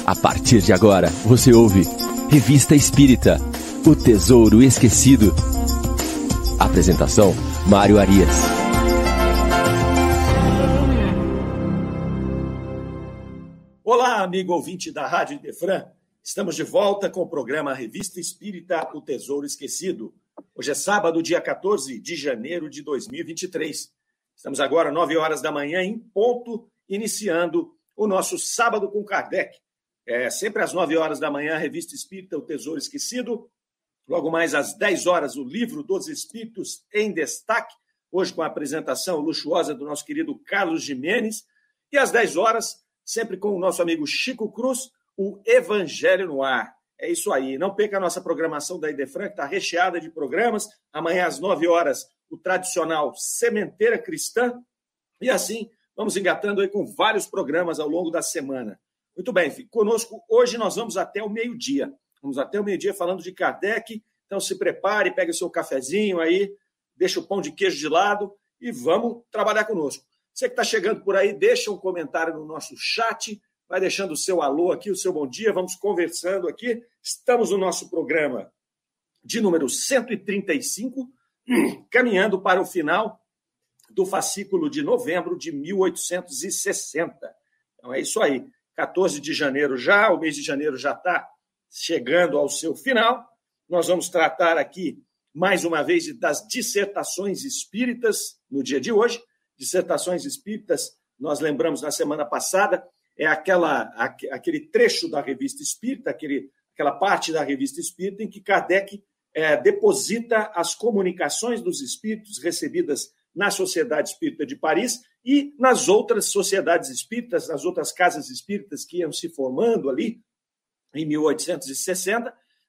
A partir de agora, você ouve Revista Espírita, O Tesouro Esquecido. Apresentação, Mário Arias. Olá, amigo ouvinte da Rádio Idefran. Estamos de volta com o programa Revista Espírita, O Tesouro Esquecido. Hoje é sábado, dia 14 de janeiro de 2023. Estamos agora, 9 horas da manhã, em ponto, iniciando o nosso Sábado com Kardec. Sempre às 9 horas da manhã, Revista Espírita, O Tesouro Esquecido. Logo mais às 10 horas, o Livro dos Espíritos em Destaque. Hoje com a apresentação luxuosa do nosso querido Carlos Gimenez. E às 10 horas, sempre com o nosso amigo Chico Cruz, o Evangelho no Ar. É isso aí. Não perca a nossa programação da Idefran, que está recheada de programas. Amanhã às 9 horas, o tradicional Sementeira Cristã. E assim, vamos engatando aí com vários programas ao longo da semana. Muito bem, fique conosco. Hoje nós vamos até o meio-dia. Vamos até o meio-dia falando de Kardec. Então se prepare, pegue o seu cafezinho aí, deixa o pão de queijo de lado e vamos trabalhar conosco. Você que está chegando por aí, deixa um comentário no nosso chat, vai deixando o seu alô aqui, o seu bom dia, vamos conversando aqui. Estamos no nosso programa de número 135, caminhando para o final do fascículo de novembro de 1860. Então é isso aí. 14 de janeiro já, o mês de janeiro já está chegando ao seu final. Nós vamos tratar aqui, mais uma vez, das dissertações espíritas no dia de hoje. Dissertações espíritas, nós lembramos na semana passada, é aquele trecho da Revista Espírita, aquela parte da Revista Espírita em que Kardec deposita as comunicações dos espíritos recebidas na Sociedade Espírita de Paris e nas outras sociedades espíritas, nas outras casas espíritas que iam se formando ali, em 1860,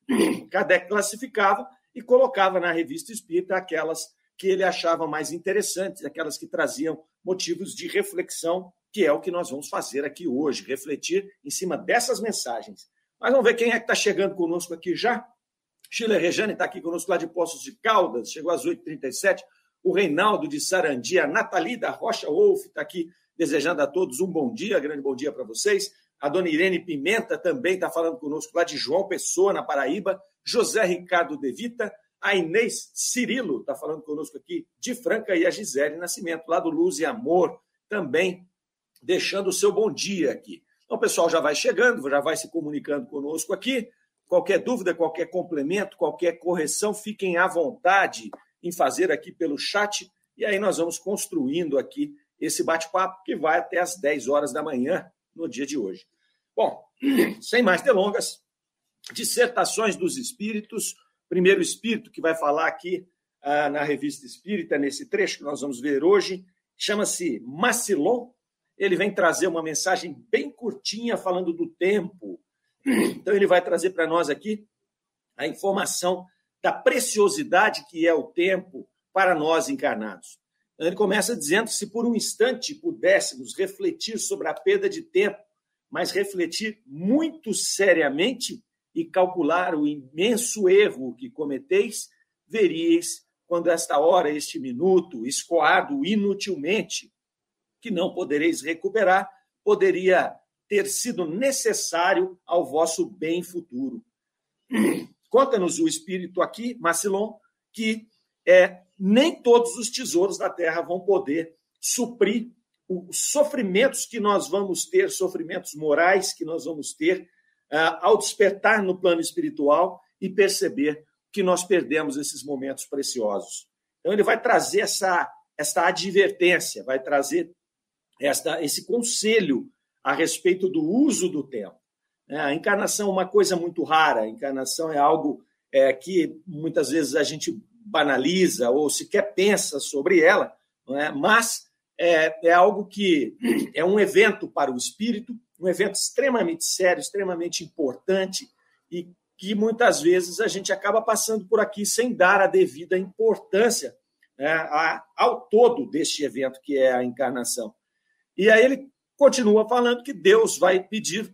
Kardec classificava e colocava na Revista Espírita aquelas que ele achava mais interessantes, aquelas que traziam motivos de reflexão, que é o que nós vamos fazer aqui hoje, refletir em cima dessas mensagens. Mas vamos ver quem é que está chegando conosco aqui já. Sheila Rejane está aqui conosco lá de Poços de Caldas, chegou às 8h37. O Reinaldo de Sarandi, a Nathalie da Rocha Wolf está aqui desejando a todos um bom dia, grande bom dia para vocês. A dona Irene Pimenta também está falando conosco lá de João Pessoa, na Paraíba. José Ricardo De Vita, a Inês Cirilo está falando conosco aqui de Franca e a Gisele Nascimento, lá do Luz e Amor, também deixando o seu bom dia aqui. Então, o pessoal já vai chegando, já vai se comunicando conosco aqui. Qualquer dúvida, qualquer complemento, qualquer correção, fiquem à vontade em fazer aqui pelo chat, e aí nós vamos construindo aqui esse bate-papo que vai até às 10 horas da manhã no dia de hoje. Bom, sem mais delongas, dissertações dos espíritos, primeiro espírito que vai falar aqui na Revista Espírita, nesse trecho que nós vamos ver hoje, chama-se Macilon. Ele vem trazer uma mensagem bem curtinha falando do tempo. Então ele vai trazer para nós aqui a informação da preciosidade que é o tempo para nós encarnados. Então, ele começa dizendo que se por um instante pudéssemos refletir sobre a perda de tempo, mas refletir muito seriamente e calcular o imenso erro que cometeis, veríeis, quando esta hora, este minuto, escoado inutilmente, que não podereis recuperar, poderia ter sido necessário ao vosso bem futuro. Conta-nos o espírito aqui, Macilon, que nem todos os tesouros da terra vão poder suprir os sofrimentos que nós vamos ter, sofrimentos morais que nós vamos ter ao despertar no plano espiritual e perceber que nós perdemos esses momentos preciosos. Então, ele vai trazer essa advertência, vai trazer esse conselho a respeito do uso do tempo. A encarnação é uma coisa muito rara, a encarnação é algo que muitas vezes a gente banaliza ou sequer pensa sobre ela, não é? Mas é algo que é um evento para o espírito, um evento extremamente sério, extremamente importante e que muitas vezes a gente acaba passando por aqui sem dar a devida importância, né, ao todo deste evento que é a encarnação. E aí ele continua falando que Deus vai pedir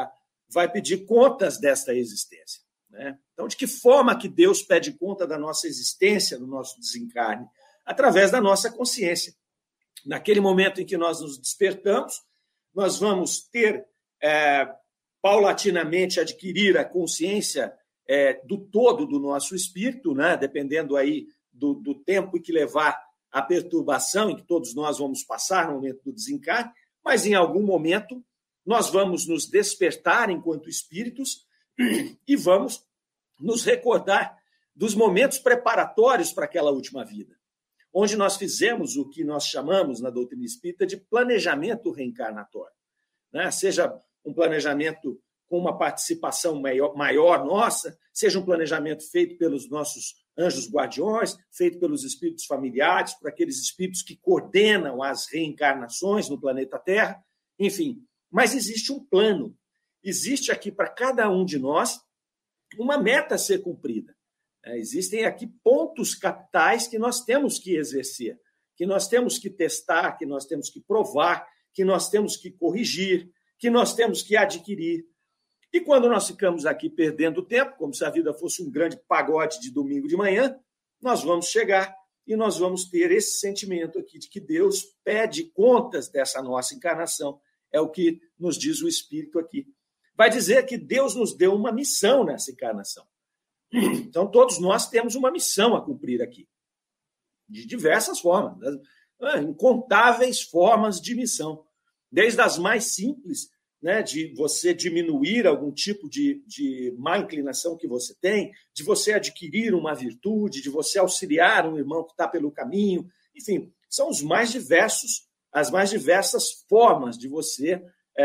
contas desta existência. Né? Então, de que forma que Deus pede conta da nossa existência, do nosso desencarne? Através da nossa consciência. Naquele momento em que nós nos despertamos, nós vamos ter paulatinamente adquirir a consciência do todo do nosso espírito, né? Dependendo aí do tempo em que levar a perturbação em que todos nós vamos passar no momento do desencarne, mas em algum momento nós vamos nos despertar enquanto espíritos e vamos nos recordar dos momentos preparatórios para aquela última vida, onde nós fizemos o que nós chamamos na doutrina espírita de planejamento reencarnatório, né? Seja um planejamento com uma participação maior nossa, seja um planejamento feito pelos nossos anjos guardiões, feito pelos espíritos familiares, por aqueles espíritos que coordenam as reencarnações no planeta Terra, enfim. Mas existe um plano, existe aqui para cada um de nós uma meta a ser cumprida. Existem aqui pontos capitais que nós temos que exercer, que nós temos que testar, que nós temos que provar, que nós temos que corrigir, que nós temos que adquirir. E quando nós ficamos aqui perdendo tempo, como se a vida fosse um grande pagode de domingo de manhã, nós vamos chegar e nós vamos ter esse sentimento aqui de que Deus pede contas dessa nossa encarnação. É o que nos diz o Espírito aqui. Vai dizer que Deus nos deu uma missão nessa encarnação. Então, todos nós temos uma missão a cumprir aqui, de diversas formas, incontáveis formas de missão, desde as mais simples, né, de você diminuir algum tipo de má inclinação que você tem, de você adquirir uma virtude, de você auxiliar um irmão que está pelo caminho, enfim, são as mais diversas formas de você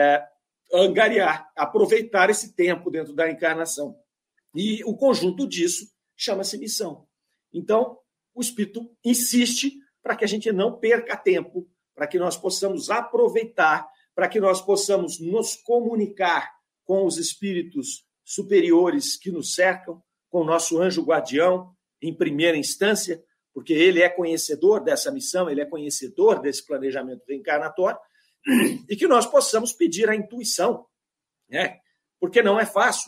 angariar, aproveitar esse tempo dentro da encarnação. E o conjunto disso chama-se missão. Então, o Espírito insiste para que a gente não perca tempo, para que nós possamos aproveitar, para que nós possamos nos comunicar com os espíritos superiores que nos cercam, com o nosso anjo guardião, em primeira instância, porque ele é conhecedor dessa missão, ele é conhecedor desse planejamento reencarnatório, e que nós possamos pedir a intuição, né? Porque não é fácil,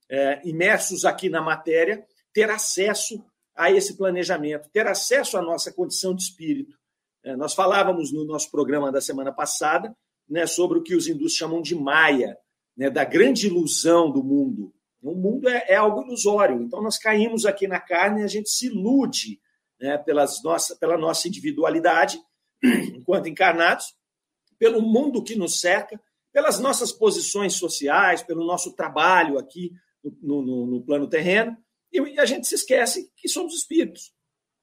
imersos aqui na matéria, ter acesso a esse planejamento, ter acesso à nossa condição de espírito. Nós falávamos no nosso programa da semana passada, né, sobre o que os hindus chamam de Maya, né, da grande ilusão do mundo. O mundo é algo ilusório, então nós caímos aqui na carne e a gente se ilude, né, pela nossa individualidade, enquanto encarnados, pelo mundo que nos cerca, pelas nossas posições sociais, pelo nosso trabalho aqui no plano terreno, e a gente se esquece que somos espíritos.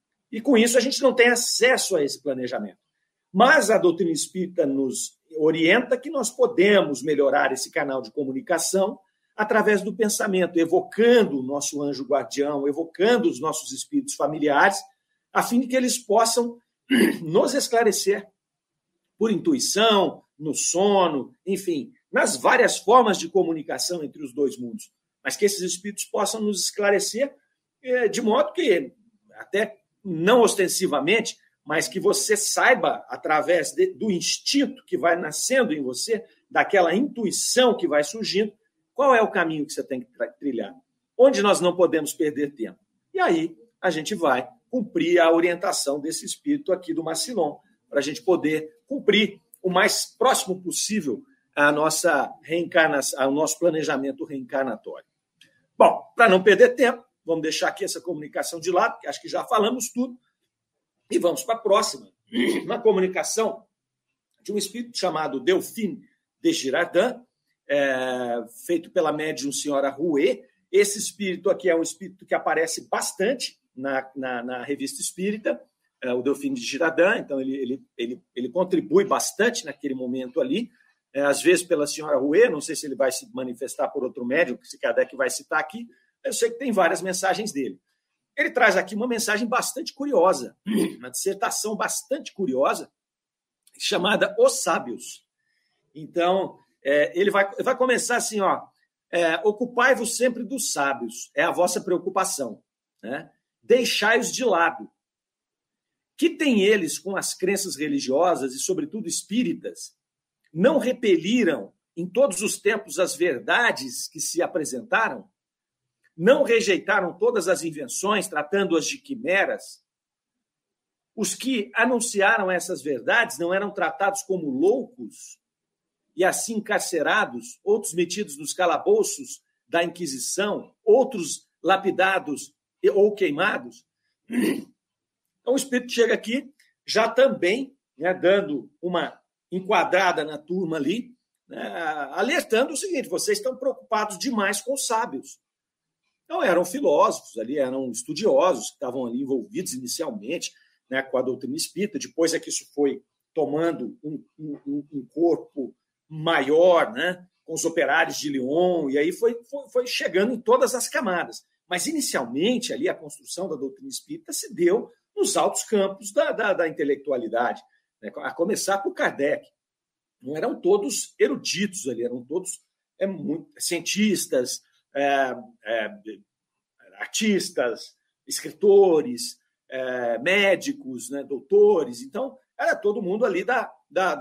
E com isso a gente não tem acesso a esse planejamento. Mas a doutrina espírita nos orienta que nós podemos melhorar esse canal de comunicação através do pensamento, evocando o nosso anjo guardião, evocando os nossos espíritos familiares, a fim de que eles possam nos esclarecer por intuição, no sono, enfim, nas várias formas de comunicação entre os dois mundos. Mas que esses espíritos possam nos esclarecer de modo que, até não ostensivamente, mas que você saiba, através do instinto que vai nascendo em você, daquela intuição que vai surgindo, qual é o caminho que você tem que trilhar, onde nós não podemos perder tempo. E aí a gente vai cumprir a orientação desse espírito aqui do Macilon, para a gente poder cumprir o mais próximo possível a nossa reencarnação, ao nosso planejamento reencarnatório. Bom, para não perder tempo, vamos deixar aqui essa comunicação de lado, porque acho que já falamos tudo, e vamos para a próxima. Uma comunicação de um espírito chamado Delphine de Girardin, feito pela médium senhora Rouet. Esse espírito aqui é um espírito que aparece bastante na revista espírita, o Delphine de Girardin, então ele contribui bastante naquele momento ali, às vezes pela senhora Rouet, não sei se ele vai se manifestar por outro médium, que se Kardec vai citar aqui, eu sei que tem várias mensagens dele. Ele traz aqui uma mensagem bastante curiosa, uma dissertação bastante curiosa, chamada Os Sábios. Então, ele vai começar assim, ocupai-vos sempre dos sábios, é a vossa preocupação, né? Deixai-os de lado. Que tem eles com as crenças religiosas e, sobretudo, espíritas, não repeliram em todos os tempos as verdades que se apresentaram? Não rejeitaram todas as invenções, tratando-as de quimeras? Os que anunciaram essas verdades não eram tratados como loucos? e assim encarcerados, outros metidos nos calabouços da Inquisição, outros lapidados ou queimados. Então o Espírito chega aqui já também, né, dando uma enquadrada na turma ali, né, alertando o seguinte: vocês estão preocupados demais com os sábios. Então eram filósofos ali, eram estudiosos que estavam ali envolvidos inicialmente, né, com a doutrina espírita. Depois é que isso foi tomando um corpo maior, né, com os operários de Lyon, e aí foi chegando em todas as camadas. Mas, inicialmente, ali a construção da doutrina espírita se deu nos altos campos da intelectualidade, né, a começar por Kardec. Não eram todos eruditos ali, eram todos cientistas, artistas, escritores, médicos, né, doutores. Então, era todo mundo ali da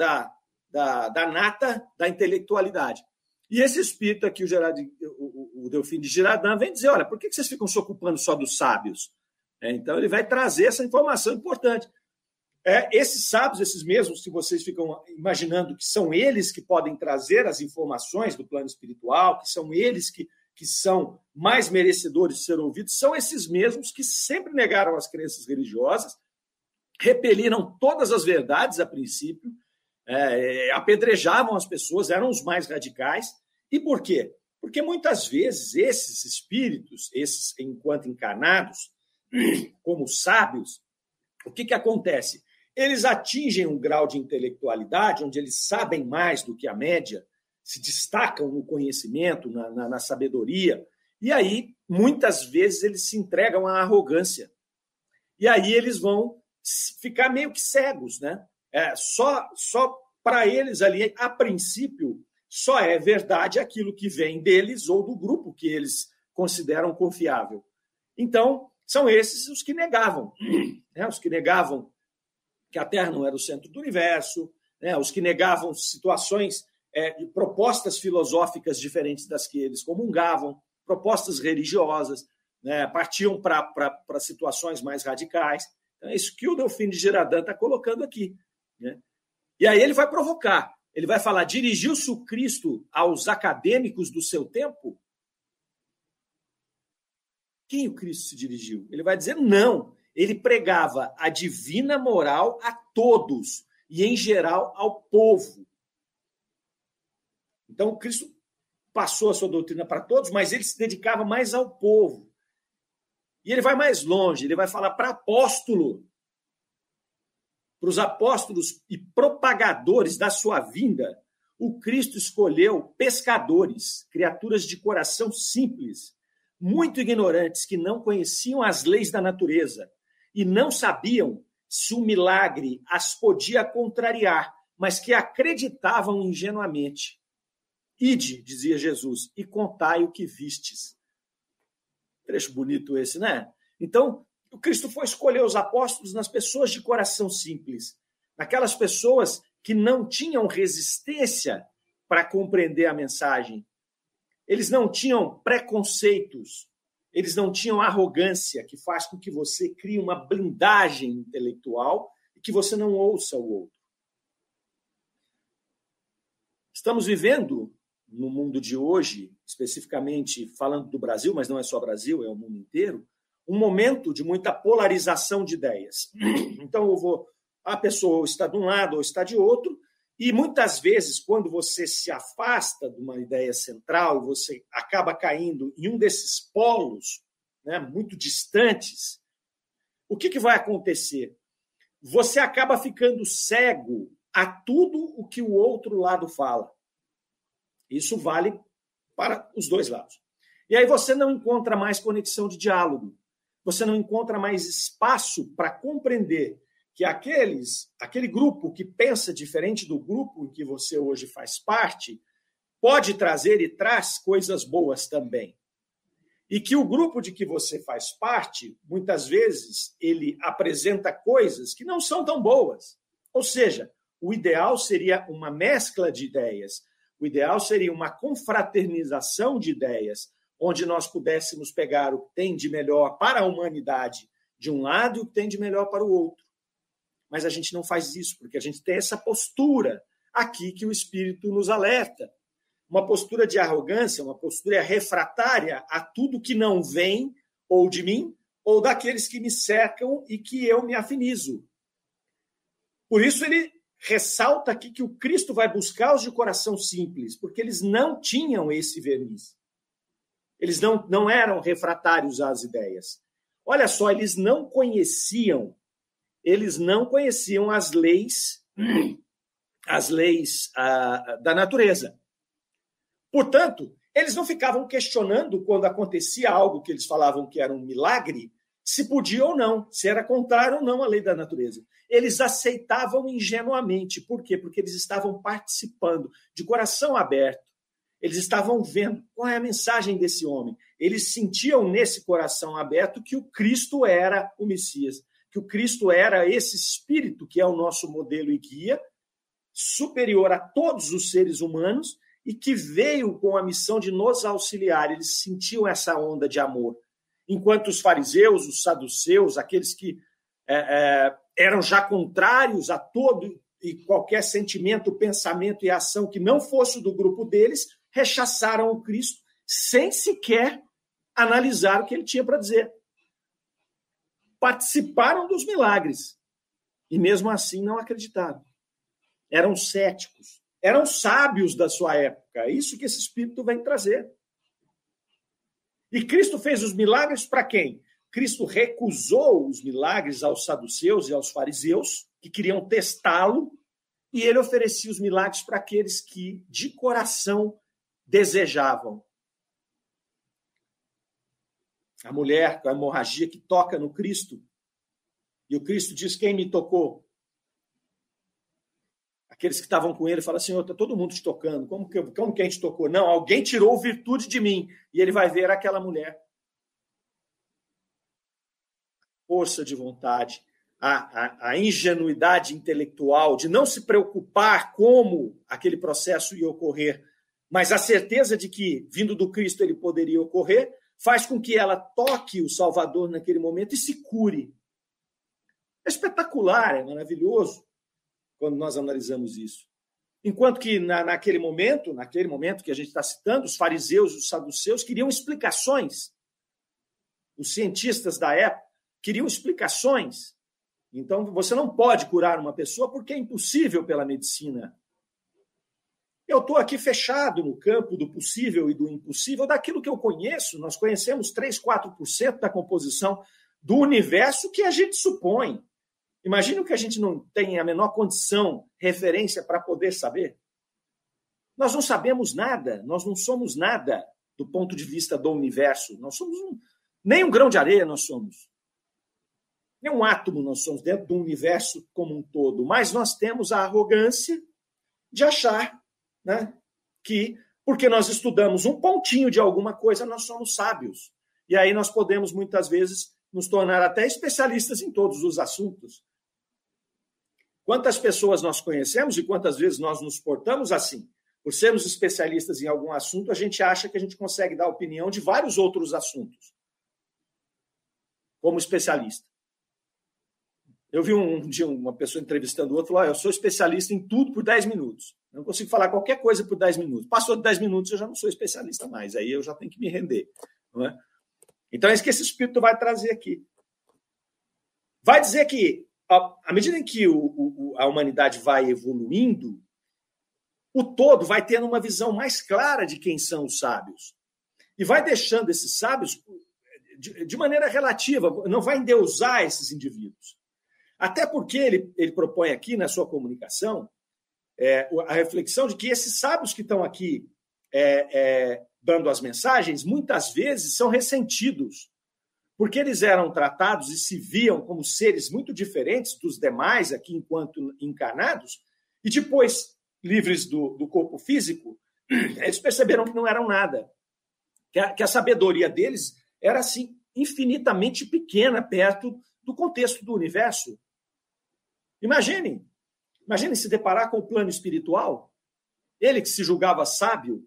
nata da intelectualidade. E esse espírito aqui, o Delfim de Girardin, vem dizer: olha, por que vocês ficam se ocupando só dos sábios? Então, ele vai trazer essa informação importante. Esses sábios, esses mesmos que vocês ficam imaginando que são eles que podem trazer as informações do plano espiritual, que são eles que são mais merecedores de ser ouvidos, são esses mesmos que sempre negaram as crenças religiosas, repeliram todas as verdades a princípio, apedrejavam as pessoas, eram os mais radicais. E por quê? Porque muitas vezes esses espíritos, esses enquanto encarnados, como sábios, o que acontece? Eles atingem um grau de intelectualidade onde eles sabem mais do que a média, se destacam no conhecimento, na sabedoria, e aí, muitas vezes, eles se entregam à arrogância. E aí eles vão ficar meio que cegos, né? Só para eles ali, a princípio, só é verdade aquilo que vem deles ou do grupo que eles consideram confiável. Então, são esses os que negavam, né? Os que negavam que a Terra não era o centro do universo, né? Os que negavam situações, propostas filosóficas diferentes das que eles comungavam, propostas religiosas, né? Partiam para situações mais radicais. Então, é isso que o Delfim de Girardin está colocando aqui, né? E aí ele vai provocar, ele vai falar: dirigiu-se o Cristo aos acadêmicos do seu tempo? Quem o Cristo se dirigiu? Ele vai dizer: não, ele pregava a divina moral a todos e, em geral, ao povo. Então, o Cristo passou a sua doutrina para todos, mas ele se dedicava mais ao povo. E ele vai mais longe, ele vai falar para apóstolo, para os apóstolos e propagadores da sua vinda. O Cristo escolheu pescadores, criaturas de coração simples, muito ignorantes, que não conheciam as leis da natureza e não sabiam se o milagre as podia contrariar, mas que acreditavam ingenuamente. Ide, dizia Jesus, e contai o que vistes. Trecho bonito esse, né? Então, o Cristo foi escolher os apóstolos nas pessoas de coração simples, naquelas pessoas que não tinham resistência para compreender a mensagem. Eles não tinham preconceitos, eles não tinham arrogância, que faz com que você crie uma blindagem intelectual e que você não ouça o outro. Estamos vivendo no mundo de hoje, especificamente falando do Brasil, mas não é só Brasil, é o mundo inteiro, um momento de muita polarização de ideias. Então, a pessoa está de um lado ou está de outro, e muitas vezes, quando você se afasta de uma ideia central, você acaba caindo em um desses polos, né, muito distantes, o que vai acontecer? Você acaba ficando cego a tudo o que o outro lado fala. Isso vale para os dois lados. E aí você não encontra mais conexão de diálogo. Você não encontra mais espaço para compreender que aquele grupo que pensa diferente do grupo em que você hoje faz parte pode trazer e traz coisas boas também. E que o grupo de que você faz parte, muitas vezes, ele apresenta coisas que não são tão boas. Ou seja, o ideal seria uma mescla de ideias. O ideal seria uma confraternização de ideias, onde nós pudéssemos pegar o que tem de melhor para a humanidade de um lado e o que tem de melhor para o outro. Mas a gente não faz isso, porque a gente tem essa postura aqui que o Espírito nos alerta. Uma postura de arrogância, uma postura refratária a tudo que não vem ou de mim ou daqueles que me cercam e que eu me afinizo. Por isso ele ressalta aqui que o Cristo vai buscar os de coração simples, porque eles não tinham esse verniz. Eles não eram refratários às ideias. Olha só, eles não conheciam as leis da natureza. Portanto, eles não ficavam questionando quando acontecia algo que eles falavam que era um milagre, se podia ou não, se era contrário ou não à lei da natureza. Eles aceitavam ingenuamente. Por quê? Porque eles estavam participando de coração aberto. Eles estavam vendo qual é a mensagem desse homem. Eles sentiam nesse coração aberto que o Cristo era o Messias, que o Cristo era esse Espírito que é o nosso modelo e guia, superior a todos os seres humanos e que veio com a missão de nos auxiliar. Eles sentiam essa onda de amor. Enquanto os fariseus, os saduceus, aqueles que eram já contrários a todo e qualquer sentimento, pensamento e ação que não fosse do grupo deles, rechaçaram o Cristo sem sequer analisar o que ele tinha para dizer. Participaram dos milagres e mesmo assim não acreditaram. Eram céticos, eram sábios da sua época. É isso que esse Espírito vem trazer. E Cristo fez os milagres para quem? Cristo recusou os milagres aos saduceus e aos fariseus, que queriam testá-lo, e ele oferecia os milagres para aqueles que, de coração, desejavam. A mulher com a hemorragia que toca no Cristo, e o Cristo diz: quem me tocou? Aqueles que estavam com ele falam: Senhor, está todo mundo te tocando. Como que a gente tocou? Não, alguém tirou virtude de mim. E ele vai ver aquela mulher. Força de vontade, a ingenuidade intelectual de não se preocupar como aquele processo ia ocorrer, mas a certeza de que, vindo do Cristo, ele poderia ocorrer, faz com que ela toque o Salvador naquele momento e se cure. É espetacular, é maravilhoso quando nós analisamos isso. Enquanto que naquele momento que a gente está citando, os fariseus e os saduceus queriam explicações. Os cientistas da época queriam explicações. Então, você não pode curar uma pessoa porque é impossível pela medicina. Eu estou aqui fechado no campo do possível e do impossível, daquilo que eu conheço. Nós conhecemos 3, 4% da composição do universo que a gente supõe. Imagina que a gente não tem a menor condição, referência para poder saber. Nós não sabemos nada, nós não somos nada do ponto de vista do universo. Nós somos nem um grão de areia nós somos. Nem um átomo nós somos dentro do universo como um todo. Mas nós temos a arrogância de achar, né, que, porque nós estudamos um pontinho de alguma coisa, nós somos sábios. E aí nós podemos, muitas vezes, nos tornar até especialistas em todos os assuntos. Quantas pessoas nós conhecemos e quantas vezes nós nos portamos assim? Por sermos especialistas em algum assunto, a gente acha que a gente consegue dar opinião de vários outros assuntos, como especialista. Eu vi um dia uma pessoa entrevistando o outro, falou: eu sou especialista em tudo por 10 minutos. Eu não consigo falar qualquer coisa por 10 minutos. Passou de 10 minutos, eu já não sou especialista mais. Aí eu já tenho que me render. Não é? Então é isso que esse Espírito vai trazer aqui. Vai dizer que, à medida em que a humanidade vai evoluindo, o todo vai tendo uma visão mais clara de quem são os sábios. E vai deixando esses sábios de maneira relativa, não vai endeusar esses indivíduos. Até porque ele propõe aqui na sua comunicação a reflexão de que esses sábios que estão aqui dando as mensagens, muitas vezes são ressentidos, porque eles eram tratados e se viam como seres muito diferentes dos demais aqui enquanto encarnados, e depois, livres do corpo físico, eles perceberam que não eram nada, que a sabedoria deles era assim infinitamente pequena perto do contexto do universo. Imagine se deparar com o plano espiritual, ele que se julgava sábio,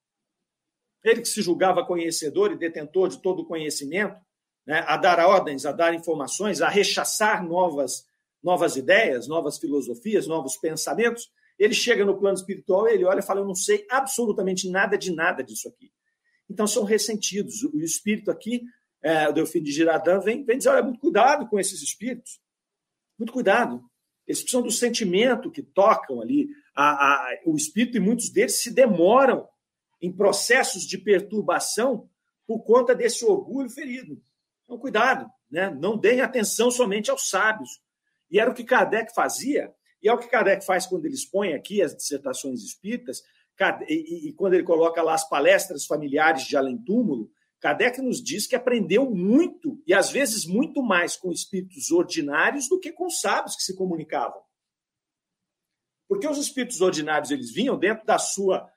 ele que se julgava conhecedor e detentor de todo o conhecimento, né, a dar ordens, a dar informações, a rechaçar novas ideias, novas filosofias, novos pensamentos. Ele chega no plano espiritual, ele olha e fala, eu não sei absolutamente nada disso aqui. Então, são ressentidos. O espírito aqui, o Delfim de Girardin, vem dizer, olha, muito cuidado com esses espíritos. Muito cuidado. Eles precisam do sentimento que tocam ali o espírito, e muitos deles se demoram em processos de perturbação por conta desse orgulho ferido. Então, cuidado, né? Não deem atenção somente aos sábios. E era o que Kardec fazia, e é o que Kardec faz quando ele expõe aqui as dissertações espíritas, e quando ele coloca lá as palestras familiares de além-túmulo, Kardec nos diz que aprendeu muito, e às vezes muito mais com espíritos ordinários do que com os sábios que se comunicavam. Porque os espíritos ordinários, eles vinham dentro da sua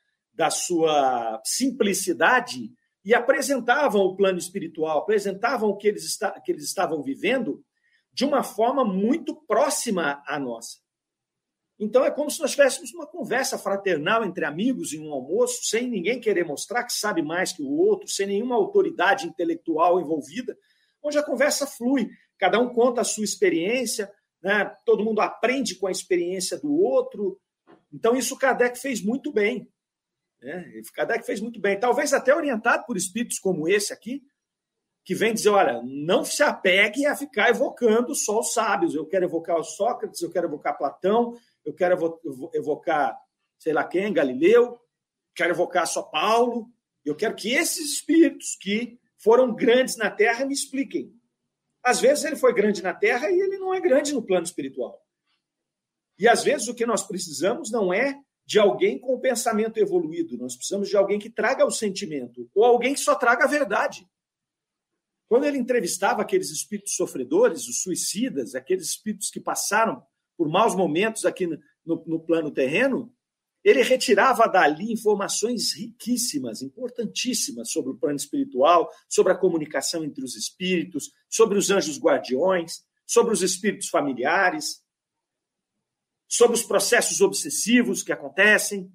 simplicidade e apresentavam o plano espiritual, apresentavam o que eles estavam vivendo de uma forma muito próxima à nossa. Então, é como se nós tivéssemos uma conversa fraternal entre amigos em um almoço, sem ninguém querer mostrar que sabe mais que o outro, sem nenhuma autoridade intelectual envolvida, onde a conversa flui. Cada um conta a sua experiência, né? Todo mundo aprende com a experiência do outro. Então, isso Kardec fez muito bem. Né? Kardec fez muito bem. Talvez até orientado por espíritos como esse aqui, que vem dizer, olha, não se apegue a ficar evocando só os sábios. Eu quero evocar o Sócrates, eu quero evocar Platão, eu quero evocar, sei lá quem, Galileu, quero evocar só Paulo. Eu quero que esses espíritos que foram grandes na Terra me expliquem. Às vezes ele foi grande na Terra e ele não é grande no plano espiritual. E às vezes o que nós precisamos não é de alguém com o pensamento evoluído. Nós precisamos de alguém que traga o sentimento, ou alguém que só traga a verdade. Quando ele entrevistava aqueles espíritos sofredores, os suicidas, aqueles espíritos que passaram por maus momentos aqui no plano terreno, ele retirava dali informações riquíssimas, importantíssimas sobre o plano espiritual, sobre a comunicação entre os espíritos, sobre os anjos guardiões, sobre os espíritos familiares, sobre os processos obsessivos que acontecem,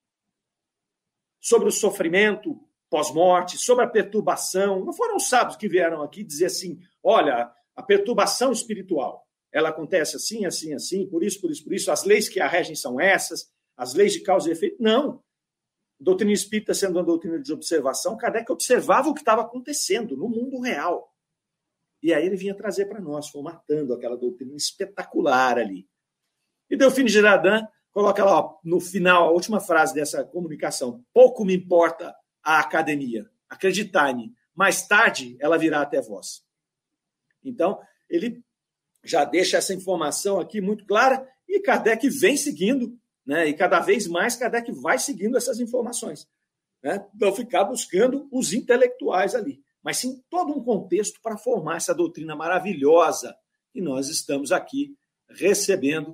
sobre o sofrimento pós-morte, sobre a perturbação. Não foram os sábios que vieram aqui dizer assim, olha, a perturbação espiritual, ela acontece assim, assim, assim, por isso, as leis que a regem são essas, as leis de causa e efeito. Não. A doutrina espírita sendo uma doutrina de observação, Kardec observava o que estava acontecendo no mundo real. E aí ele vinha trazer para nós, formatando aquela doutrina espetacular ali. E Delfim de Girardin coloca lá, ó, no final, a última frase dessa comunicação, pouco me importa a academia, acreditai-me, mais tarde ela virá até vós. Então, ele já deixa essa informação aqui muito clara e Kardec vem seguindo, né? E cada vez mais Kardec vai seguindo essas informações. Né? Não ficar buscando os intelectuais ali, mas sim todo um contexto para formar essa doutrina maravilhosa que nós estamos aqui recebendo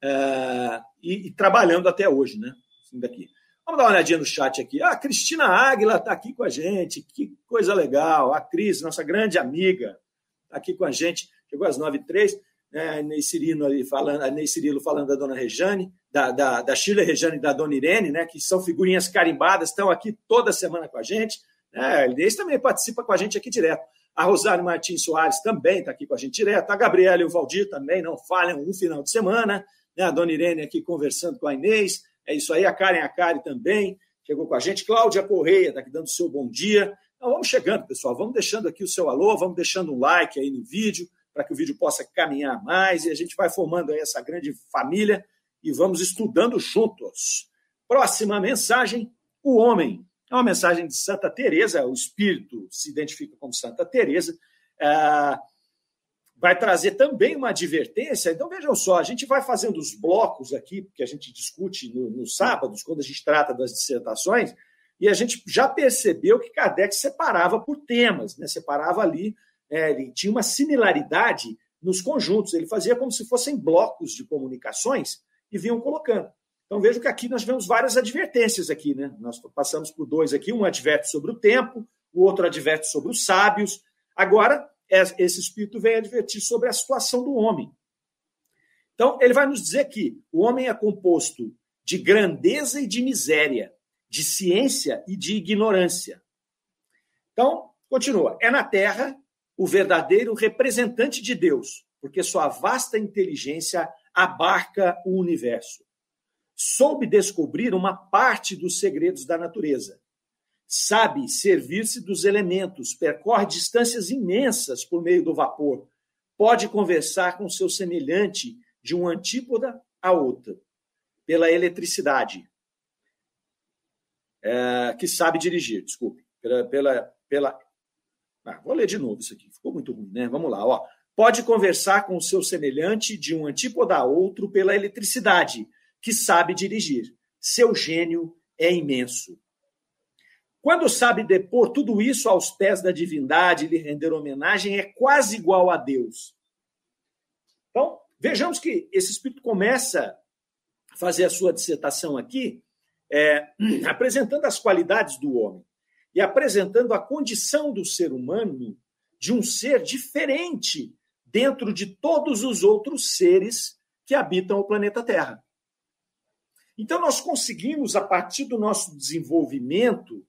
e trabalhando até hoje. Né? Assim daqui. Vamos dar uma olhadinha no chat aqui. A Cristina Águila está aqui com a gente, que coisa legal. A Cris, nossa grande amiga, está aqui com a gente. Chegou às 9h03, né? Ney Cirilo falando da dona Rejane, da Sheila Rejane e da dona Irene, né? Que são figurinhas carimbadas, estão aqui toda semana com a gente. A Inês também participa com a gente aqui direto. A Rosário Martins Soares também está aqui com a gente direto. A Gabriela e o Valdir também não falham um final de semana. Né? A dona Irene aqui conversando com a Inês. É isso aí. A Karen também chegou com a gente. Cláudia Correia está aqui dando o seu bom dia. Então, vamos chegando, pessoal. Vamos deixando aqui o seu alô, vamos deixando um like aí no vídeo, para que o vídeo possa caminhar mais, e a gente vai formando aí essa grande família e vamos estudando juntos. Próxima mensagem, o homem. É uma mensagem de Santa Teresa, o espírito se identifica como Santa Teresa, vai trazer também uma advertência. Então, vejam só, a gente vai fazendo os blocos aqui, que a gente discute nos sábados, quando a gente trata das dissertações, e a gente já percebeu que Kardec separava por temas, né? Separava ali, ele tinha uma similaridade nos conjuntos, ele fazia como se fossem blocos de comunicações e vinham colocando. Então, vejo que aqui nós vemos várias advertências aqui, né? Nós passamos por dois aqui, um adverte sobre o tempo, o outro adverte sobre os sábios. Agora, esse espírito vem advertir sobre a situação do homem. Então, ele vai nos dizer que o homem é composto de grandeza e de miséria, de ciência e de ignorância. Então, continua. É na Terra o verdadeiro representante de Deus, porque sua vasta inteligência abarca o universo. soube descobrir uma parte dos segredos da natureza. Sabe servir-se dos elementos, percorre distâncias imensas por meio do vapor, pode conversar com seu semelhante de uma antípoda a outra, pela eletricidade, que sabe dirigir, desculpe, vou ler de novo isso aqui, ficou muito ruim, né? Vamos lá, ó. Pode conversar com o seu semelhante de um antípoda a outro pela eletricidade, que sabe dirigir. Seu gênio é imenso. Quando sabe depor tudo isso aos pés da divindade e lhe render homenagem, é quase igual a Deus. Então, vejamos que esse espírito começa a fazer a sua dissertação aqui, apresentando as qualidades do homem e apresentando a condição do ser humano de um ser diferente dentro de todos os outros seres que habitam o planeta Terra. Então, nós conseguimos, a partir do nosso desenvolvimento,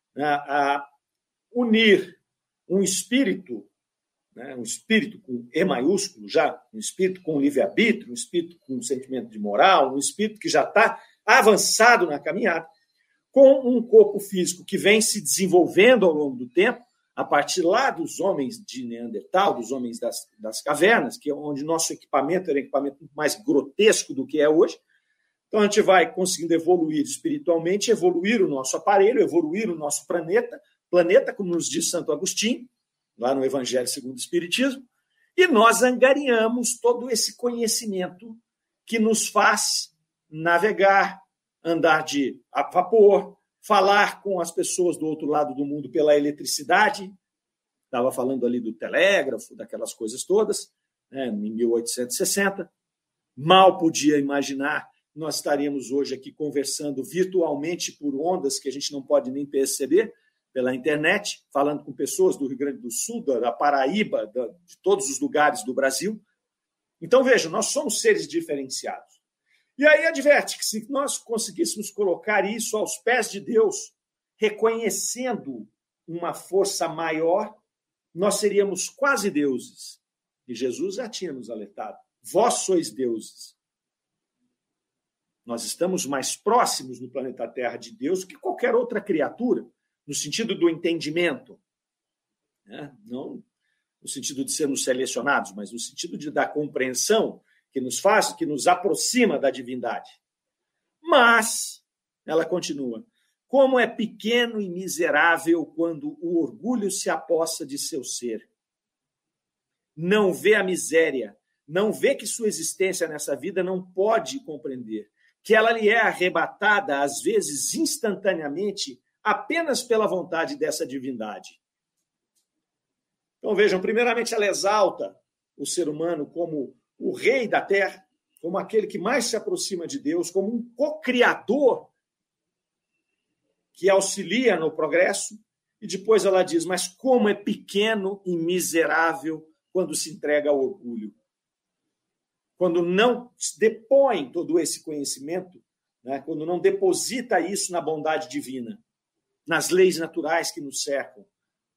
unir um espírito com E maiúsculo já, um espírito com livre-arbítrio, um espírito com sentimento de moral, um espírito que já está avançado na caminhada, com um corpo físico que vem se desenvolvendo ao longo do tempo, a partir lá dos homens de Neandertal, dos homens das cavernas, que é onde nosso equipamento era um equipamento muito mais grotesco do que é hoje. Então, a gente vai conseguindo evoluir espiritualmente, evoluir o nosso aparelho, evoluir o nosso planeta, como nos diz Santo Agostinho, lá no Evangelho segundo o Espiritismo, e nós angariamos todo esse conhecimento que nos faz navegar, andar de vapor, falar com as pessoas do outro lado do mundo pela eletricidade. Estava falando ali do telégrafo, daquelas coisas todas, né, em 1860. Mal podia imaginar nós estaríamos hoje aqui conversando virtualmente por ondas que a gente não pode nem perceber, pela internet, falando com pessoas do Rio Grande do Sul, da Paraíba, de todos os lugares do Brasil. Então, vejam, nós somos seres diferenciados. E aí adverte que se nós conseguíssemos colocar isso aos pés de Deus, reconhecendo uma força maior, nós seríamos quase deuses. E Jesus já tinha nos alertado. Vós sois deuses. Nós estamos mais próximos no planeta Terra de Deus do que qualquer outra criatura, no sentido do entendimento, né? Não no sentido de sermos selecionados, mas no sentido da compreensão que nos faz, que nos aproxima da divindade. Mas, ela continua, como é pequeno e miserável quando o orgulho se apossa de seu ser. Não vê a miséria, não vê que sua existência nessa vida não pode compreender, que ela lhe é arrebatada, às vezes instantaneamente, apenas pela vontade dessa divindade. Então, vejam, primeiramente ela exalta o ser humano como o rei da terra, como aquele que mais se aproxima de Deus, como um co-criador que auxilia no progresso, e depois ela diz, mas como é pequeno e miserável quando se entrega ao orgulho. Quando não depõe todo esse conhecimento, né? Quando não deposita isso na bondade divina, nas leis naturais que nos cercam.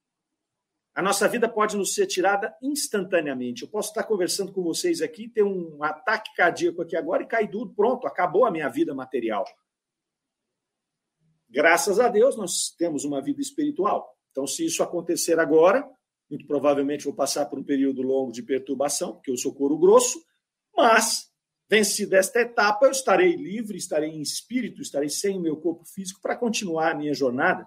A nossa vida pode nos ser tirada instantaneamente. Eu posso estar conversando com vocês aqui, ter um ataque cardíaco aqui agora e cair tudo, pronto, acabou a minha vida material. Graças a Deus, nós temos uma vida espiritual. Então, se isso acontecer agora, muito provavelmente vou passar por um período longo de perturbação, porque eu sou couro grosso, mas, vencida esta etapa, eu estarei livre, estarei em espírito, estarei sem o meu corpo físico para continuar a minha jornada.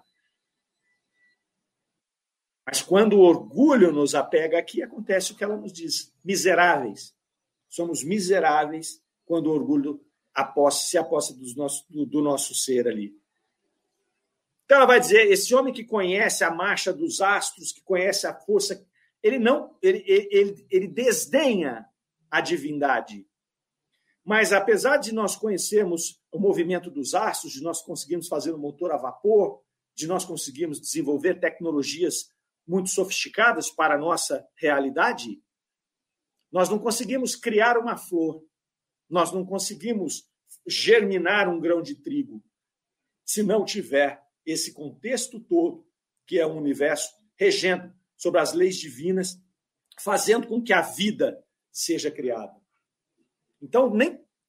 Mas quando o orgulho nos apega aqui, acontece o que ela nos diz. Miseráveis. Somos miseráveis quando o orgulho se aposta do nosso ser ali. Então ela vai dizer, esse homem que conhece a marcha dos astros, que conhece a força, ele desdenha a divindade. Mas apesar de nós conhecermos o movimento dos astros, de nós conseguirmos fazer um motor a vapor, de nós conseguirmos desenvolver tecnologias muito sofisticadas para a nossa realidade, nós não conseguimos criar uma flor, nós não conseguimos germinar um grão de trigo, se não tiver esse contexto todo, que é o universo, regendo sobre as leis divinas, fazendo com que a vida seja criada. Então, nem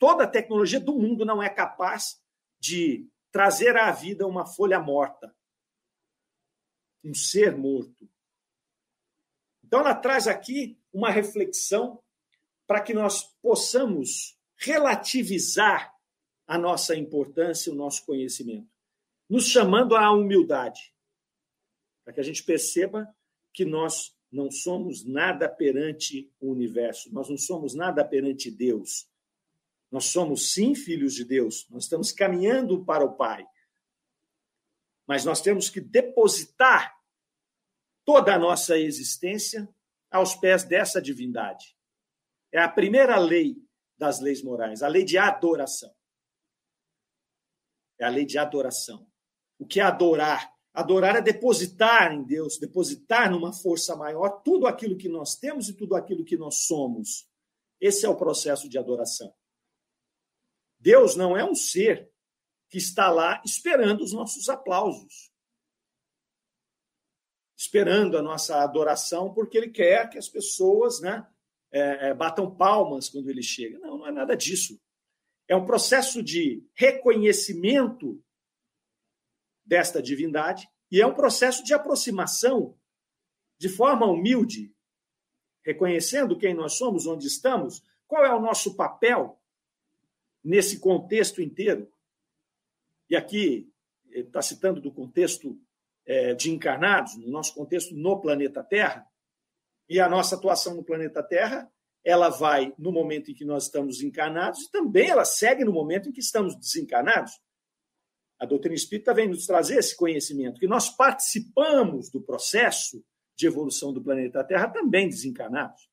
toda a tecnologia do mundo não é capaz de trazer à vida uma folha morta, um ser morto. Então, ela traz aqui uma reflexão para que nós possamos relativizar a nossa importância, o nosso conhecimento, nos chamando à humildade, para que a gente perceba que nós não somos nada perante o universo, nós não somos nada perante Deus. Nós somos, sim, filhos de Deus, nós estamos caminhando para o Pai. Mas nós temos que depositar toda a nossa existência aos pés dessa divindade. É a primeira lei das leis morais, a lei de adoração. É a lei de adoração. O que é adorar? Adorar é depositar em Deus, depositar numa força maior tudo aquilo que nós temos e tudo aquilo que nós somos. Esse é o processo de adoração. Deus não é um ser que está lá esperando os nossos aplausos, esperando a nossa adoração, porque ele quer que as pessoas, batam palmas quando ele chega. Não, não é nada disso. É um processo de reconhecimento desta divindade e é um processo de aproximação de forma humilde, reconhecendo quem nós somos, onde estamos, qual é o nosso papel nesse contexto inteiro. E aqui está citando do contexto de encarnados, no nosso contexto no planeta Terra, e a nossa atuação no planeta Terra, ela vai no momento em que nós estamos encarnados e também ela segue no momento em que estamos desencarnados. A doutrina espírita vem nos trazer esse conhecimento, que nós participamos do processo de evolução do planeta Terra também desencarnados.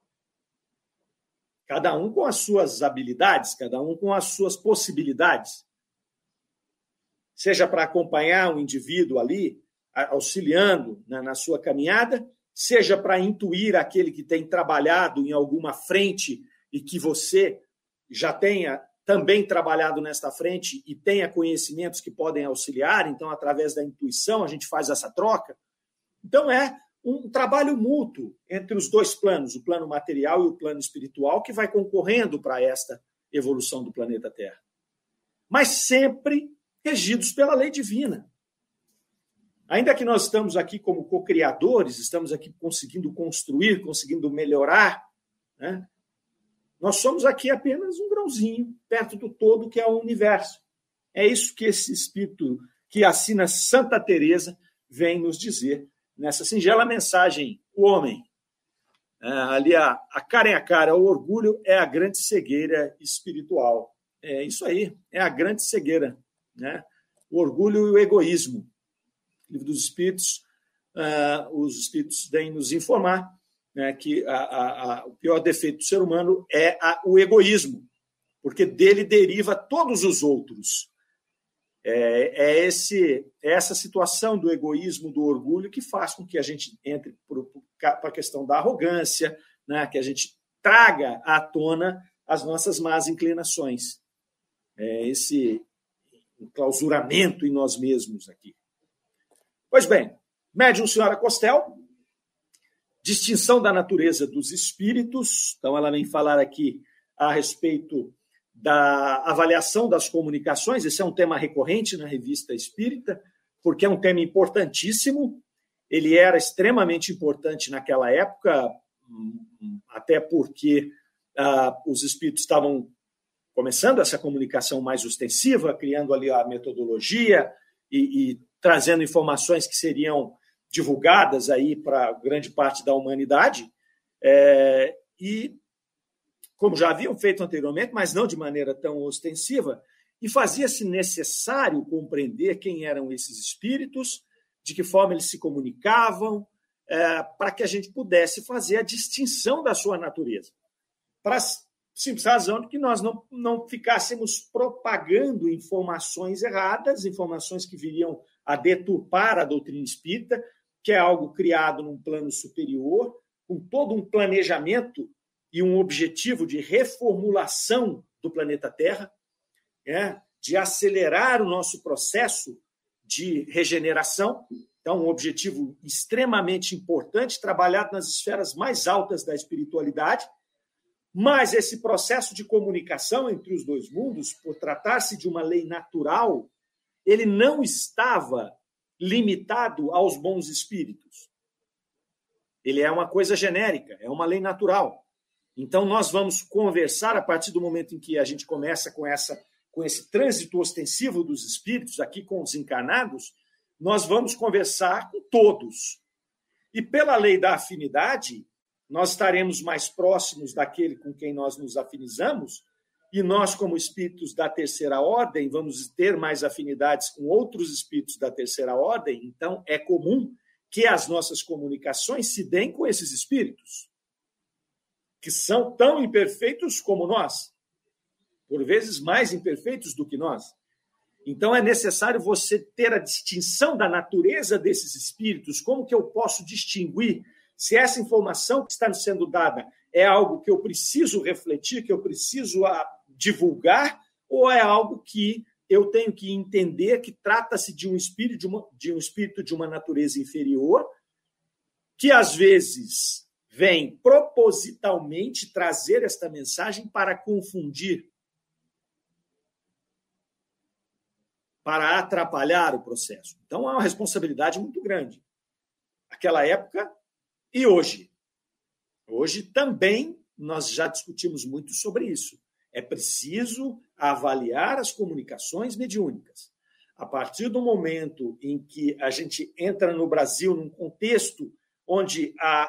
Cada um com as suas habilidades, cada um com as suas possibilidades. Seja para acompanhar o indivíduo ali, auxiliando na sua caminhada, seja para intuir aquele que tem trabalhado em alguma frente e que você já tenha também trabalhado nesta frente e tenha conhecimentos que podem auxiliar, então, através da intuição, a gente faz essa troca. Então, é um trabalho mútuo entre os dois planos, o plano material e o plano espiritual, que vai concorrendo para esta evolução do planeta Terra. Mas sempre regidos pela lei divina. Ainda que nós estamos aqui como co-criadores, estamos aqui conseguindo construir, conseguindo melhorar, nós somos aqui apenas um grãozinho perto do todo que é o universo. É isso que esse espírito que assina Santa Teresa vem nos dizer nessa singela mensagem. O homem, ali a cara em a cara, o orgulho é a grande cegueira espiritual. É isso aí, é a grande cegueira, o orgulho e o egoísmo. O Livro dos Espíritos, os Espíritos vêm nos informar que o pior defeito do ser humano é o egoísmo, porque dele deriva todos os outros. É essa situação do egoísmo, do orgulho, que faz com que a gente entre para a questão da arrogância, que a gente traga à tona as nossas más inclinações. Esse enclausuramento em nós mesmos aqui. Pois bem, médium senhora Costel, distinção da natureza dos espíritos. Então, ela vem falar aqui a respeito da avaliação das comunicações. Esse é um tema recorrente na Revista Espírita, porque é um tema importantíssimo. Ele era extremamente importante naquela época, até porque os espíritos estavam começando essa comunicação mais ostensiva, criando ali a metodologia e trazendo informações que seriam divulgadas aí para grande parte da humanidade, e como já haviam feito anteriormente, mas não de maneira tão ostensiva, e fazia-se necessário compreender quem eram esses espíritos, de que forma eles se comunicavam, para que a gente pudesse fazer a distinção da sua natureza. Para a simples razão de que nós não ficássemos propagando informações erradas, informações que viriam a deturpar a doutrina espírita, que é algo criado num plano superior, com todo um planejamento e um objetivo de reformulação do planeta Terra, de acelerar o nosso processo de regeneração. Então, um objetivo extremamente importante, trabalhado nas esferas mais altas da espiritualidade, Mas esse processo de comunicação entre os dois mundos, por tratar-se de uma lei natural, ele não estava limitado aos bons espíritos. Ele é uma coisa genérica, é uma lei natural. Então, nós vamos conversar a partir do momento em que a gente começa com esse trânsito ostensivo dos espíritos, aqui com os encarnados, nós vamos conversar com todos. E pela lei da afinidade, nós estaremos mais próximos daquele com quem nós nos afinizamos, e nós, como espíritos da terceira ordem, vamos ter mais afinidades com outros espíritos da terceira ordem, então é comum que as nossas comunicações se deem com esses espíritos, que são tão imperfeitos como nós, por vezes mais imperfeitos do que nós. Então é necessário você ter a distinção da natureza desses espíritos. Como que eu posso distinguir se essa informação que está sendo dada é algo que eu preciso refletir, que eu preciso divulgar, ou é algo que eu tenho que entender que trata-se de um espírito de uma natureza inferior, que às vezes vem propositalmente trazer esta mensagem para confundir, para atrapalhar o processo. Então, há uma responsabilidade muito grande. Naquela época e hoje. Hoje também nós já discutimos muito sobre isso. É preciso avaliar as comunicações mediúnicas. A partir do momento em que a gente entra no Brasil num contexto onde há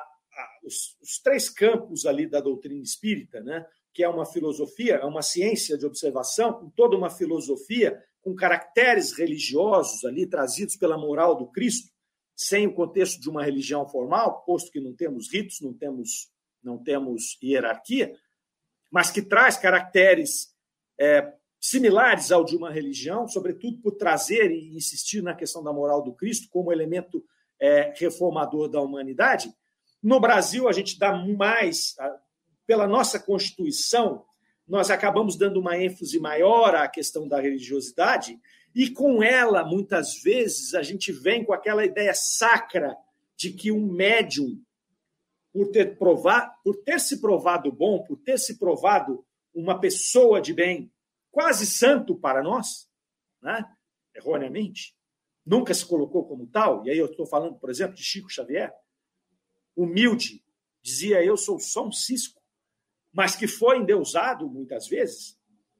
os três campos ali da doutrina espírita, né, que é uma filosofia, é uma ciência de observação, com toda uma filosofia, com caracteres religiosos ali trazidos pela moral do Cristo, sem o contexto de uma religião formal, posto que não temos ritos, não temos hierarquia, mas que traz caracteres similares ao de uma religião, sobretudo por trazer e insistir na questão da moral do Cristo como elemento reformador da humanidade. No Brasil, a gente dá mais, pela nossa Constituição, nós acabamos dando uma ênfase maior à questão da religiosidade, e com ela, muitas vezes, a gente vem com aquela ideia sacra de que um médium, por ter se provado bom, por ter se provado uma pessoa de bem, quase santo para nós, né? Erroneamente, nunca se colocou como tal, e aí eu estou falando, por exemplo, de Chico Xavier, humilde, dizia eu sou só um cisco, mas que foi endeusado muitas vezes.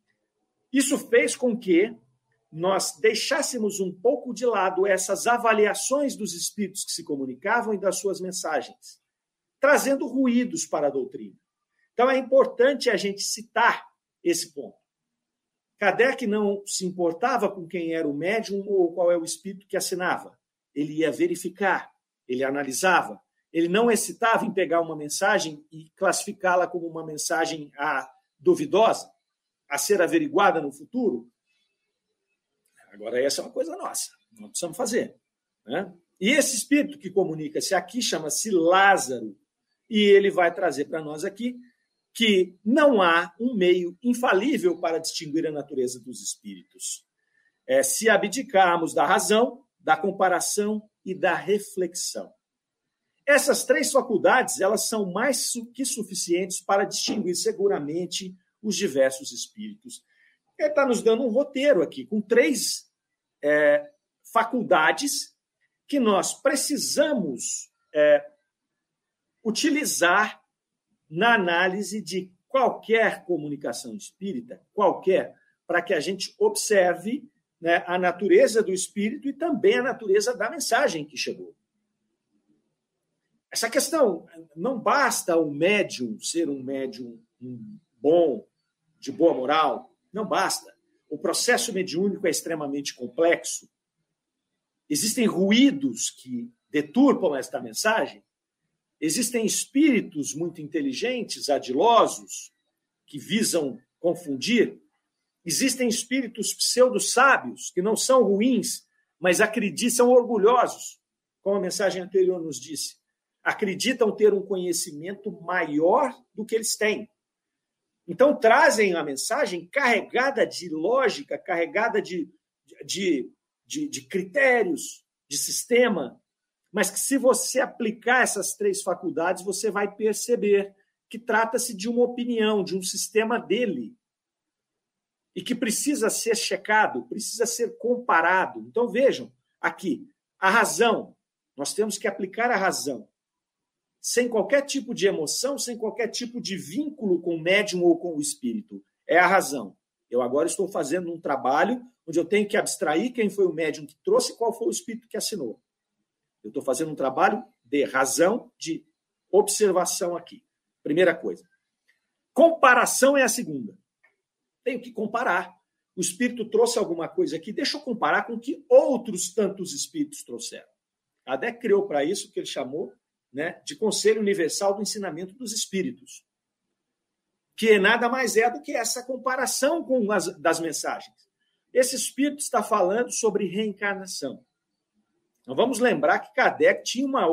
Isso fez com que nós deixássemos um pouco de lado essas avaliações dos espíritos que se comunicavam e das suas mensagens, trazendo ruídos para a doutrina. Então é importante a gente citar esse ponto. Kardec não se importava com quem era o médium ou qual é o espírito que assinava. Ele ia verificar, ele analisava. Ele não hesitava em pegar uma mensagem e classificá-la como uma mensagem duvidosa, a ser averiguada no futuro. Agora, essa é uma coisa nossa, nós precisamos fazer, né? E esse espírito que comunica-se aqui chama-se Lázaro, e ele vai trazer para nós aqui que não há um meio infalível para distinguir a natureza dos espíritos. Se abdicarmos da razão, da comparação e da reflexão. Essas três faculdades, elas são mais que suficientes para distinguir seguramente os diversos espíritos. Ele está nos dando um roteiro aqui, com três faculdades que nós precisamos utilizar na análise de qualquer comunicação espírita, para que a gente observe, né, a natureza do espírito e também a natureza da mensagem que chegou. Essa questão, não basta o médium ser um médium bom, de boa moral, não basta. O processo mediúnico é extremamente complexo. Existem ruídos que deturpam esta mensagem. Existem espíritos muito inteligentes, ardilosos, que visam confundir. Existem espíritos pseudo-sábios, que não são ruins, mas são orgulhosos, como a mensagem anterior nos disse. Acreditam ter um conhecimento maior do que eles têm. Então, trazem a mensagem carregada de lógica, carregada de critérios, de sistema, mas que se você aplicar essas três faculdades, você vai perceber que trata-se de uma opinião, de um sistema dele, e que precisa ser checado, precisa ser comparado. Então, vejam aqui, a razão, nós temos que aplicar a razão, sem qualquer tipo de emoção, sem qualquer tipo de vínculo com o médium ou com o espírito. É a razão. Eu agora estou fazendo um trabalho onde eu tenho que abstrair quem foi o médium que trouxe e qual foi o espírito que assinou. Eu estou fazendo um trabalho de razão, de observação aqui. Primeira coisa. Comparação é a segunda. Tenho que comparar. O espírito trouxe alguma coisa aqui, deixa eu comparar com o que outros tantos espíritos trouxeram. Kardec criou para isso o que ele chamou, né, de Conselho Universal do Ensinamento dos Espíritos, que nada mais é do que essa comparação com das mensagens. Esse espírito está falando sobre reencarnação. Então, vamos lembrar que Kardec tinha uma